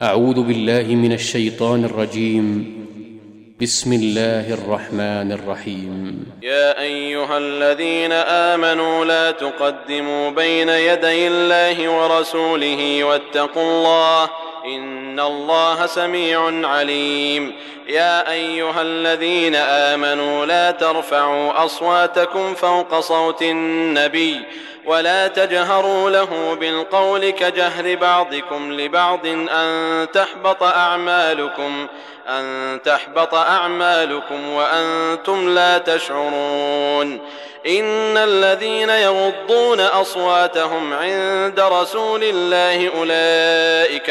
أعوذ بالله من الشيطان الرجيم. بسم الله الرحمن الرحيم. يا أيها الذين آمنوا لا تقدموا بين يدي الله ورسوله واتقوا الله إن الله سميع عليم. يا أيها الذين آمنوا لا ترفعوا أصواتكم فوق صوت النبي ولا تجهروا له بالقول كجهر بعضكم لبعض أن تحبط أعمالكم وأنتم لا تشعرون. إن الذين يغضون أصواتهم عند رسول الله أولئك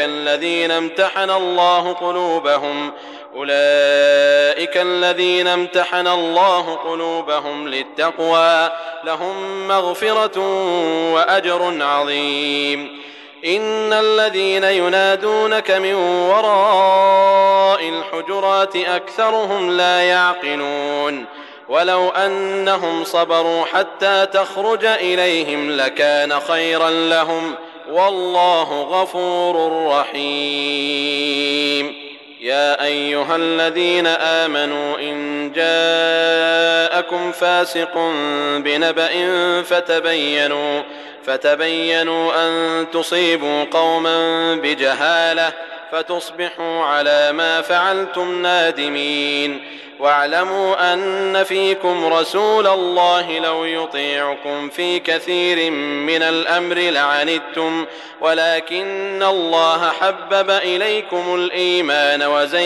الذين امتحن الله قلوبهم للتقوى لهم مغفرة وأجر عظيم. إن الذين ينادونك من وراء الحجرات أكثرهم لا يعقلون. ولو أنهم صبروا حتى تخرج إليهم لكان خيرا لهم والله غفور رحيم. يا أيها الذين آمنوا إن جاءكم فاسق بنبأ فتبينوا أن تصيبوا قوما بجهالة فتصبحوا على ما فعلتم نادمين. واعلموا أن فيكم رسول الله لو يطيعكم في كثير من الأمر لعنتم ولكن الله حبب إليكم الإيمان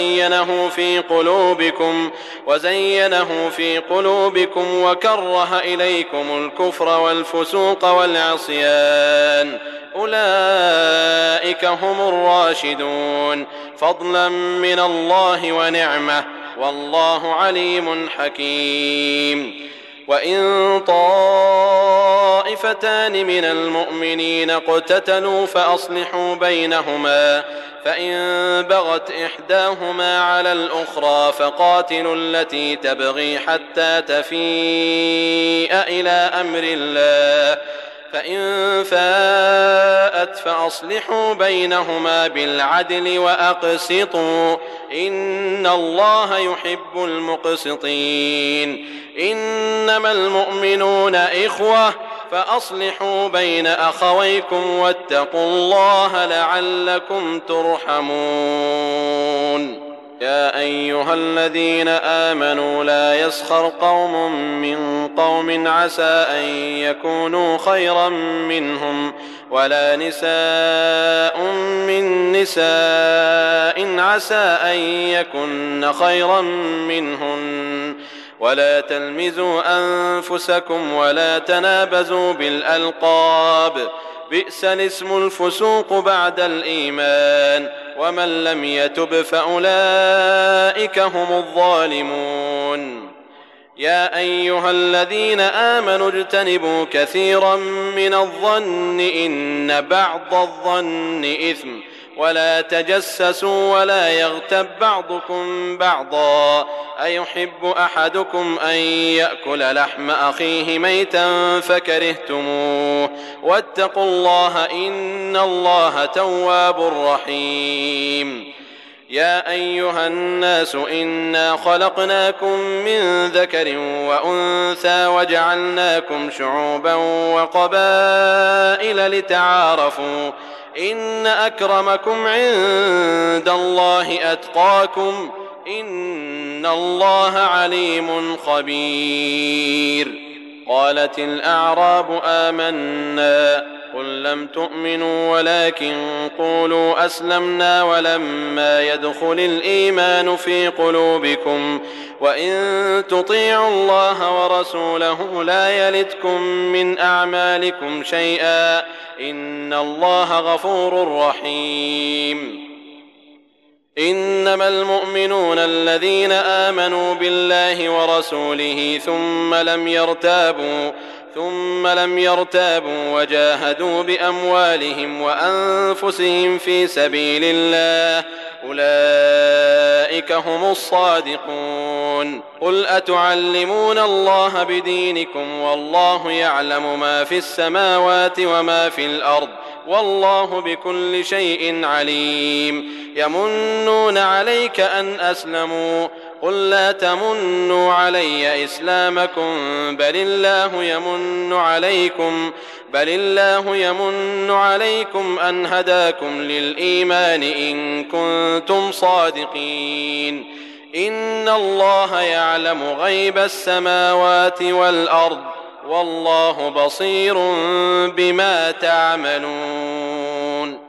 وزينه في قلوبكم وكره إليكم الكفر والفسوق والعصيان أولئك هم الراشدون فضلا من الله ونعمة والله عليم حكيم. وإن طائفتان من المؤمنين اقتتلوا فأصلحوا بينهما فإن بغت إحداهما على الأخرى فقاتلوا التي تبغي حتى تفيء إلى أمر الله فإن فاءت فأصلحوا بينهما بالعدل وأقسطوا إن الله يحب المقسطين. إنما المؤمنون إخوة فأصلحوا بين أخويكم واتقوا الله لعلكم ترحمون. يا أيها الذين آمنوا لا يسخر قوم من قوم عسى أن يكونوا خيرا منهم ولا نساء من نساء عسى أن يكن خيرا منهن ولا تلمزوا أنفسكم ولا تنابزوا بالألقاب بئس الاسم الفسوق بعد الإيمان ومن لم يتب فأولئك هم الظالمون. يا أيها الذين آمنوا اجتنبوا كثيرا من الظن إن بعض الظن إثم ولا تجسسوا ولا يغتب بعضكم بعضا أيحب أحدكم أن يأكل لحم أخيه ميتا فكرهتموه واتقوا الله إن الله تواب رحيم. يا أيها الناس إنا خلقناكم من ذكر وأنثى وجعلناكم شعوبا وقبائل لتعارفوا إن أكرمكم عند الله أتقاكم إن الله عليم خبير. قالت الأعراب آمنا قل لم تؤمنوا ولكن قولوا أسلمنا ولما يدخل الإيمان في قلوبكم وإن تطيعوا الله ورسوله لا يلتكم من أعمالكم شيئا إن الله غفور رحيم. إنما المؤمنون الذين آمنوا بالله ورسوله ثم لم يرتابوا وجاهدوا بأموالهم وأنفسهم في سبيل الله أولئك هم الصادقون. قل أتعلمون الله بدينكم والله يعلم ما في السماوات وما في الأرض والله بكل شيء عليم. يمنون عليك أن أسلموا قل لا تمنوا علي إسلامكم بل الله يمن عليكم أن هداكم للإيمان إن كنتم صادقين إن الله يعلم غيب السماوات والأرض والله بصير بما تعملون.